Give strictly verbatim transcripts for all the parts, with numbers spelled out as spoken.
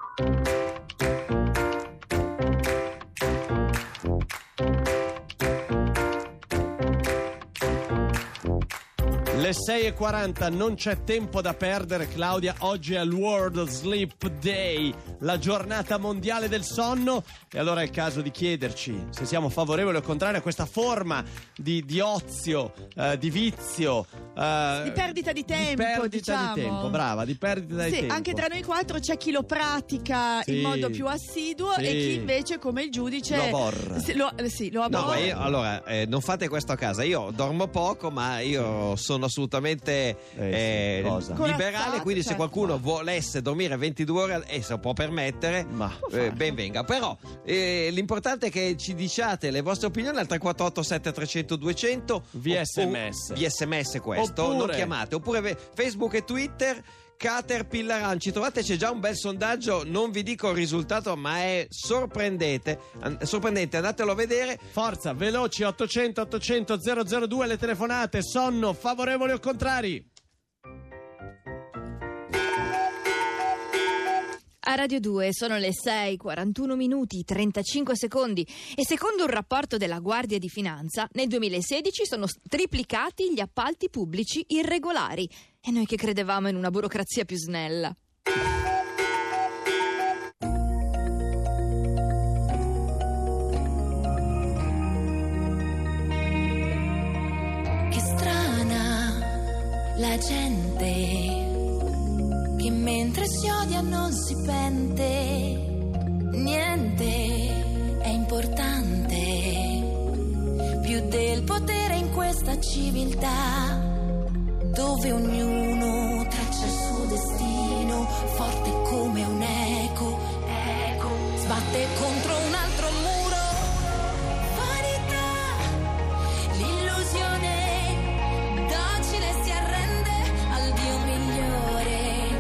Le sei e quaranta, non c'è tempo da perdere, Claudia. Oggi è il World Sleep Day, la giornata mondiale del sonno, e allora è il caso di chiederci se siamo favorevoli o contrari a questa forma di, di ozio, eh, di vizio, eh, di perdita di tempo, di perdita diciamo. di tempo, brava, di perdita sì, di tempo. Anche tra noi quattro c'è chi lo pratica sì, in modo più assiduo sì. e chi invece, come il giudice, lo aborra. Sì, lo, sì, lo aborra. No, ma io, allora, eh, non fate questo a casa. Io dormo poco, ma io sono assolutamente eh, eh, cosa? liberale, Corazzato, quindi se certo. qualcuno volesse dormire ventidue ore e se lo può permettere, Ma eh, ben venga. Però eh, l'importante è che ci diciate le vostre opinioni al tre quattro otto sette tre zero zero due zero zero via sms. via sms questo, Oppure- non chiamate, oppure Facebook e Twitter. Caterpillaran, ci trovate, c'è già un bel sondaggio, non vi dico il risultato, ma è sorprendente, an- sorprendente, andatelo a vedere. Forza, veloci, ottocento ottocento zero zero due, le telefonate. Sonno, favorevoli o contrari? A Radio due sono le sei, quarantuno minuti, trentacinque secondi e secondo un rapporto della Guardia di Finanza nel duemilasedici sono triplicati gli appalti pubblici irregolari e noi che credevamo in una burocrazia più snella. Che strana la gente che mentre si odia non si pente, niente è importante più del potere in questa civiltà, dove ognuno traccia il suo destino, forte come un eco, eco, sbatte contro un altro muro. Vanità, l'illusione docile si arrende al Dio migliore.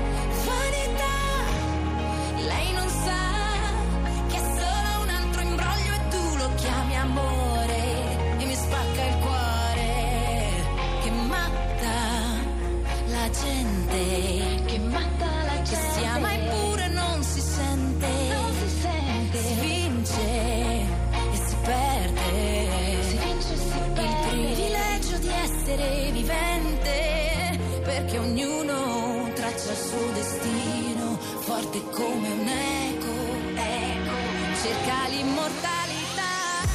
Lei non sa che è solo un altro imbroglio e tu lo chiami amore e mi spacca il cuore. Che matta la gente, che matta la gente, che si ama eppure non si sente, non si sente, si vince e si perde, si vince e si perde. Il privilegio di essere vivente, perché ognuno traccia il suo destino, forte come un eco, eco, cerca l'immortalità.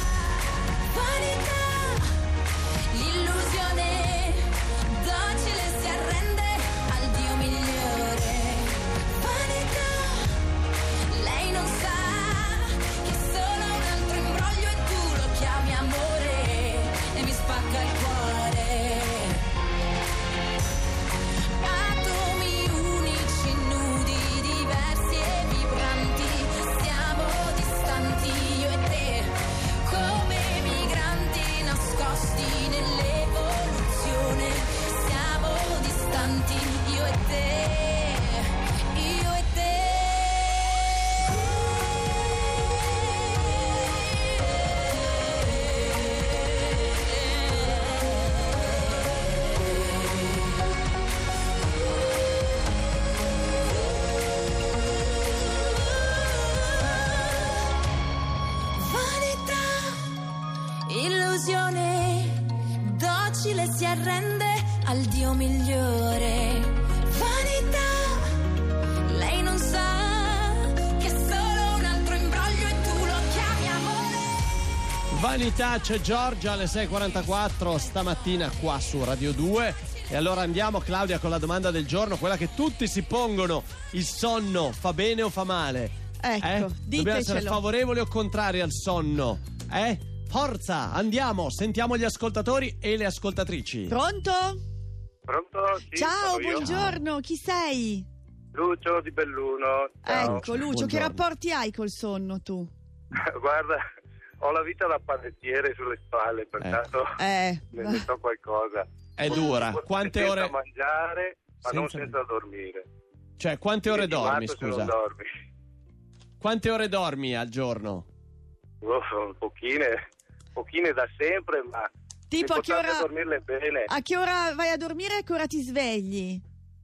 Vanità, l'illusione docile si arrende al Dio migliore. Vanità, lei non sa che è solo un altro imbroglio e tu lo chiami amore e mi spacca il cuore. Atomi unici, nudi, diversi e vibranti, siamo distanti io e te, come migranti nascosti nell'evoluzione, siamo distanti io e te, io e te. Illusione docile si arrende al Dio migliore. Vanità, lei non sa che è solo un altro imbroglio e tu lo chiami amore. Vanità, c'è Giorgia alle sei e quarantaquattro stamattina qua su Radio due. E allora andiamo, Claudia, con la domanda del giorno, quella che tutti si pongono: il sonno fa bene o fa male? Ecco, eh? Dobbiamo essere ditecelo. favorevoli o contrari al sonno? Eh? Forza, andiamo, sentiamo gli ascoltatori e le ascoltatrici. Pronto? Pronto? Sì, Ciao, sono io. buongiorno, chi sei? Lucio di Belluno. Ciao. Ecco, Lucio, che rapporti hai col sonno tu? Guarda, ho la vita da panettiere sulle spalle, pertanto Eh, ne ne so qualcosa. È dura. Quante senza ore? mangiare, ma non Senza- senza dormire. Cioè, quante ore Ti dormi, mato se non scusa? dormi. Quante ore dormi al giorno? Oh, sono pochine, pochine da sempre, ma tipo a che l'importante ora è dormirle bene. a che ora vai a dormire e a che ora ti svegli?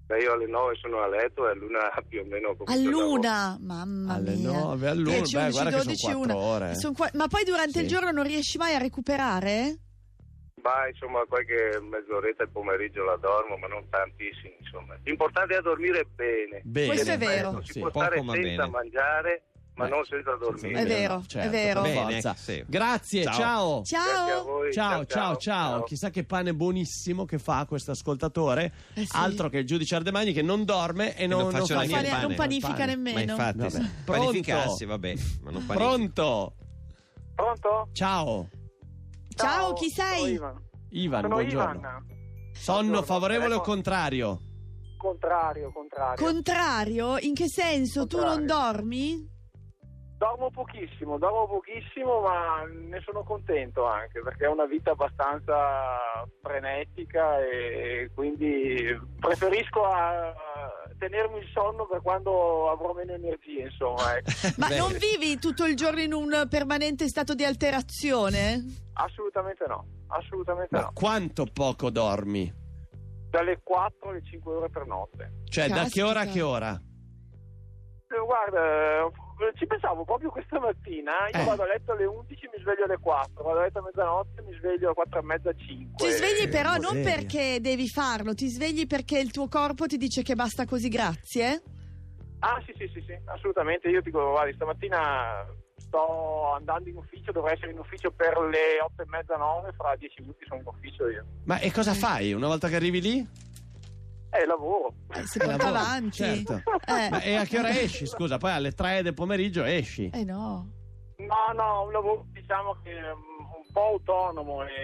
Beh, io alle nove sono a letto e all'una più o meno comincio a All'una, mamma Alle mia. nove, all'una, dieci, beh, undici, guarda che sono dodici, quattro una. ore. Son qua- Ma poi durante Sì. il giorno non riesci mai a recuperare? Ma insomma qualche mezz'oretta al pomeriggio la dormo, ma non tantissimo, insomma. L'importante è dormire bene. Bene. Questo è Ripeto, vero. Si Sì, può poco stare ma senza bene. mangiare, ma Beh, non senza dormire. È vero, certo, è vero. per Bene, forza. sì. Grazie, Ciao. ciao. Grazie a Ciao. voi. Ciao, ciao, ciao. Chissà che pane buonissimo che fa questo ascoltatore. Eh sì. Altro che il giudice Ardemagni che non dorme e non, non faccio fa neanche Non, il fa- pane. non panifica pane. Ma nemmeno. infatti, Vabbè. sì. Pronto? Panificarsi, vabbè, ma non panifica. Pronto? Pronto? Ciao. Ciao, chi sei? Sono Ivan. Ivan, Sono buongiorno. Ivan. Sonno Buongiorno. favorevole o Telefono- contrario? Contrario, contrario. Contrario? In che senso? Tu non Contrario. dormi? Dormo pochissimo, dormo pochissimo, ma ne sono contento anche perché è una vita abbastanza frenetica e quindi preferisco a tenermi il sonno per quando avrò meno energie, insomma. ecco. Ma Beh. non vivi tutto il giorno in un permanente stato di alterazione? Assolutamente no, assolutamente Ma no. quanto poco dormi? Dalle quattro alle cinque ore per notte. Cioè, da che ora a Caspita. che ora? Eh, Guarda, eh, ci pensavo proprio questa mattina, io Eh. vado a letto alle undici, mi sveglio alle quattro, vado a letto a mezzanotte, mi sveglio alle quattro e mezza, cinque. Ti svegli però non miseria. perché devi farlo, ti svegli perché il tuo corpo ti dice che basta così, grazie. Ah sì sì sì sì, assolutamente, io dico, guarda, stamattina sto andando in ufficio, dovrei essere in ufficio per le otto e mezza, nove, fra dieci minuti sono in ufficio io. Ma e cosa fai una volta che arrivi lì? Eh, lavoro. Eh, si porta Lavoro, avanti. certo. Eh. Ma e a che ora esci? Scusa, poi alle tre del pomeriggio esci. Eh no. No, no, un lavoro diciamo che è un po' autonomo e,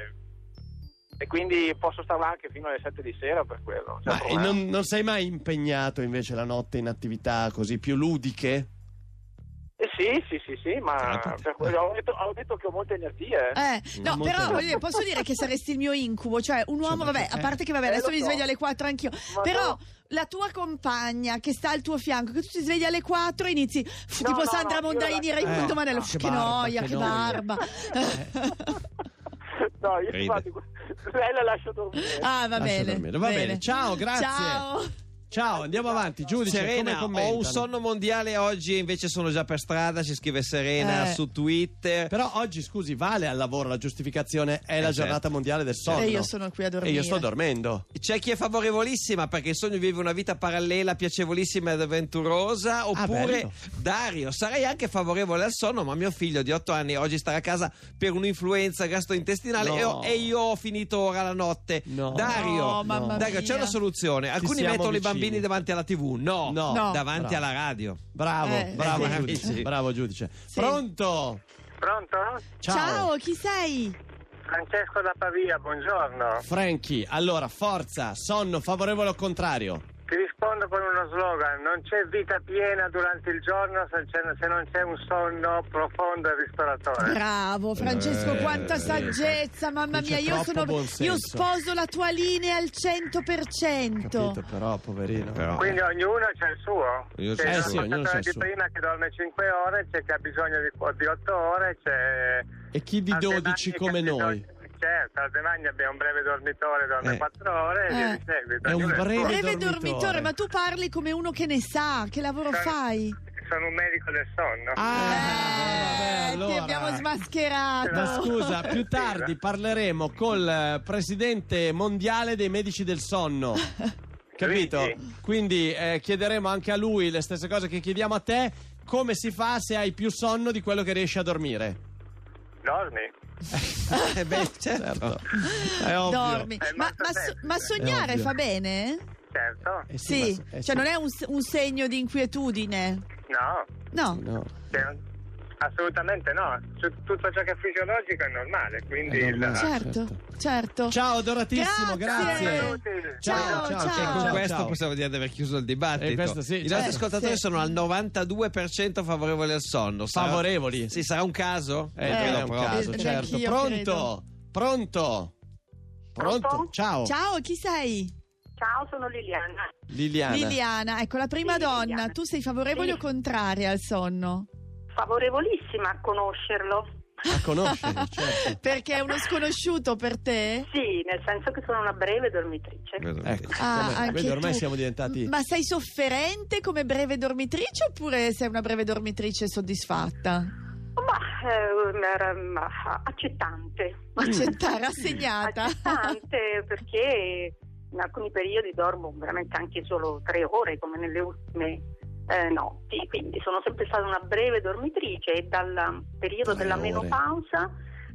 e quindi posso stare anche fino alle sette di sera per quello. Cioè, Ma e non, non sei mai impegnato invece la notte in attività così più ludiche? Eh, sì, sì, sì, sì, ma Ah, per quello, ho, detto, ho detto che ho molte energie. Eh, no, Molto però bene. voglio dire, posso dire che saresti il mio incubo, cioè un uomo, Cioè, vabbè, perché- a parte che vabbè, Eh, adesso lo mi so. sveglio alle quattro anch'io, Ma però no. la tua compagna che sta al tuo fianco, che tu ti svegli alle quattro e inizi f- No, tipo no, Sandra no, io Mondaini, la- Raimundo Eh, Manello, che che, barba, noia, che che noia. barba. No, io Ride. infatti lei la lascio dormire. Ah, va Lascia bene. dormire. Va bene, ciao, grazie. Ciao. Ciao, andiamo avanti. Giudice, come Serena, ho commentano? un sonno mondiale oggi, invece sono già per strada, ci scrive Serena Eh. su Twitter. Però oggi, scusi, vale al lavoro la giustificazione, è la Eh, giornata certo. mondiale del sonno. E io sono qui a E dormire. io sto dormendo. C'è chi è favorevolissima perché il sogno vive una vita parallela, piacevolissima ed avventurosa. Oppure bello. Dario, sarei anche favorevole al sonno, ma mio figlio di otto anni oggi starà a casa per un'influenza gastrointestinale No. e, ho- e io ho finito ora la notte. No. Dario, No, mamma Dario, c'è mia. una soluzione. Alcuni siamo mettono i vicini. bambini davanti alla tivù, no, No. No. davanti Bravo. alla radio. Bravo, Eh, bravo sì. giudice. Amici. Bravo giudice. Sì. Pronto? Pronto? Ciao. Ciao, chi sei? Francesco da Pavia, buongiorno. Frankie, allora, forza, sonno favorevole o contrario? Ti rispondo con uno slogan: non c'è vita piena durante il giorno se, c'è- se non c'è un sonno profondo e ristoratore. Bravo Francesco, Eh, quanta sì. saggezza, mamma Qui mia, c'è io troppo sono buon io senso. sposo la tua linea al cento per cento. Capito, però, poverino. Però- Quindi ognuno c'è il suo. Ognuno C'è c'è il il suo. Eh sì, ognuno c'è il ascoltatore di suo. prima che dorme cinque ore, c'è chi ha bisogno di, di otto ore, c'è E chi di Aldemagni dodici che come ha bisogno- noi? Certo, Aldemagni abbiamo un breve dormitore, dorme Eh. quattro ore e via Eh. di seguito. È un Ognuno il breve- suo. Breve dormitore. dormitore, ma tu parli come uno che ne sa, che lavoro Sono- fai? Sono un medico del sonno. Ah, Eh, vabbè, allora. ti abbiamo smascherato. Ma scusa, più tardi parleremo col eh, presidente mondiale dei medici del sonno. Capito? Luigi. Quindi eh, chiederemo anche a lui le stesse cose che chiediamo a te. Come si fa se hai più sonno di quello che riesci a dormire? Dormi? Eh beh, certo. È ovvio. Dormi. È Ma, molto ma so- semplice. ma sognare È ovvio. fa bene? Certo. Eh Sì, ma- eh cioè sì. non è un, un segno di inquietudine. No, No. No. cioè, assolutamente no. Su- Tutto ciò che è fisiologico è normale, quindi È il- normale. Certo, certo. Ciao, adoratissimo, Grazie. grazie. Ciao, Ciao, ciao. E con ciao, questo ciao. possiamo dire di aver chiuso il dibattito. Eh, questo sì, I certo. nostri ascoltatori Sì. sono al novantadue per cento favorevoli al sonno. Sarà- Favorevoli? Sì, sarà un caso? Eh, Eh, è un però. caso, eh, certo. anch'io Pronto? credo. Pronto? Pronto? Pronto? Ciao. Ciao, chi sei? Ciao, sono Liliana. Liliana. Liliana, ecco la prima Sì, donna. Liliana. Tu sei favorevole Sì. o contraria al sonno? Favorevolissima a conoscerlo. A conoscere, certo. Perché è uno sconosciuto per te? Sì, nel senso che sono una breve dormitrice. Ecco, Ah, come- anche vedi, ormai tu. siamo diventati... Ma sei sofferente come breve dormitrice oppure sei una breve dormitrice soddisfatta? Ma, eh, era- ma, accettante. Accettare, assegnata. Accettante perché in alcuni periodi dormo veramente anche solo tre ore, come nelle ultime eh, notti. Quindi sono sempre stata una breve dormitrice e dal periodo Tre della ore. menopausa.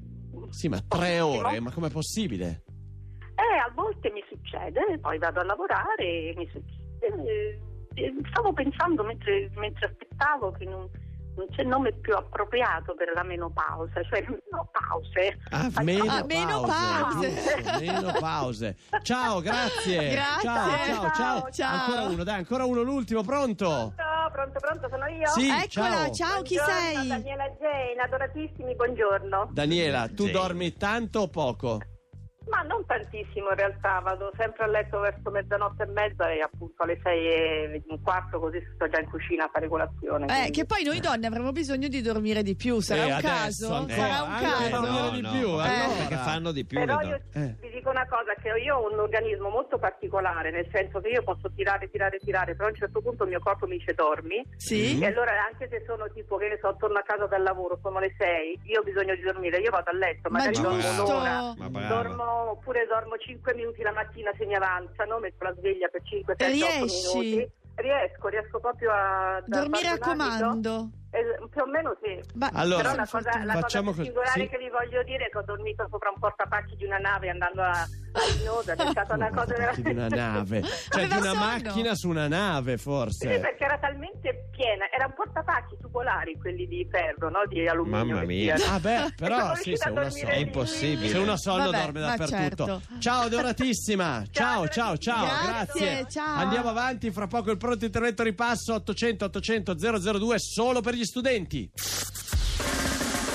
Sì, ma tre ore, ma com'è possibile? Eh, a volte mi succede, poi vado a lavorare e mi succede. Eh, stavo pensando mentre, mentre aspettavo che non, non c'è nome più appropriato per la menopausa, cioè menopause. Ah, Ah, menopause. menopause. giusto, menopause. Ciao, grazie. Grazie. Ciao, ciao, ciao. Ciao. Ancora uno, dai, ancora uno, l'ultimo, pronto? Pronto, pronto, pronto, sono io? Sì, Eccola, ciao. ciao, chi Buongiorno, sei? Daniela Jane, adoratissimi, buongiorno. Daniela, tu Sì. dormi tanto o poco? Ma non tantissimo in realtà, vado sempre a letto verso mezzanotte e mezza e appunto alle sei e un quarto così sto già in cucina a fare colazione. Eh, quindi- che poi noi donne avremo bisogno di dormire di più, sarà Eh, un adesso caso? ancora, Sarà un anche caso? dormire no, di no, più, ma allora. perché fanno di più Però le io donne. Eh. vi dico una cosa, che io ho un organismo molto particolare, nel senso che io posso tirare, tirare, tirare, però a un certo punto il mio corpo mi dice dormi. Sì? E allora anche se sono tipo, che ne so, torno a casa dal lavoro, sono le sei, io ho bisogno di dormire, io vado a letto, Ma magari dormo giusto! un'ora, Ma brava. dormo, oppure dormo cinque minuti la mattina se mi avanzano, metto la sveglia per cinque, sette, otto Riesci? minuti. Riesco, riesco proprio a... Dormire a fare un abito. comando? Eh, più o meno sì. Ma Allora, Però sei la cosa, la fortunata. facciamo cosa più così, singolare sì. che vi voglio dire è che ho dormito sopra un portapacchi di una nave andando a, a Linosa, è stata una cosa Portapacchi di veramente... una nave, cioè Aveva di una sonno? macchina su una nave, Sì, forse. perché era talmente piena, era un portapacchi tubulari, quelli di ferro, no? Di alluminio. Mamma che mia. sia. Ah beh, Sono però sì, riuscita se a uno dormire sonno È lì. impossibile. Se uno ha sonno Vabbè, dorme ma dappertutto. certo. Ciao adoratissima. Ciao, ciao, ciao. Grazie, Grazie. ciao. Andiamo avanti, fra poco il pronto intervento ripasso ottocento ottocento zero zero due solo per gli studenti.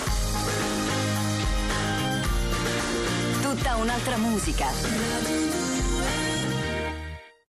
Tutta un'altra musica.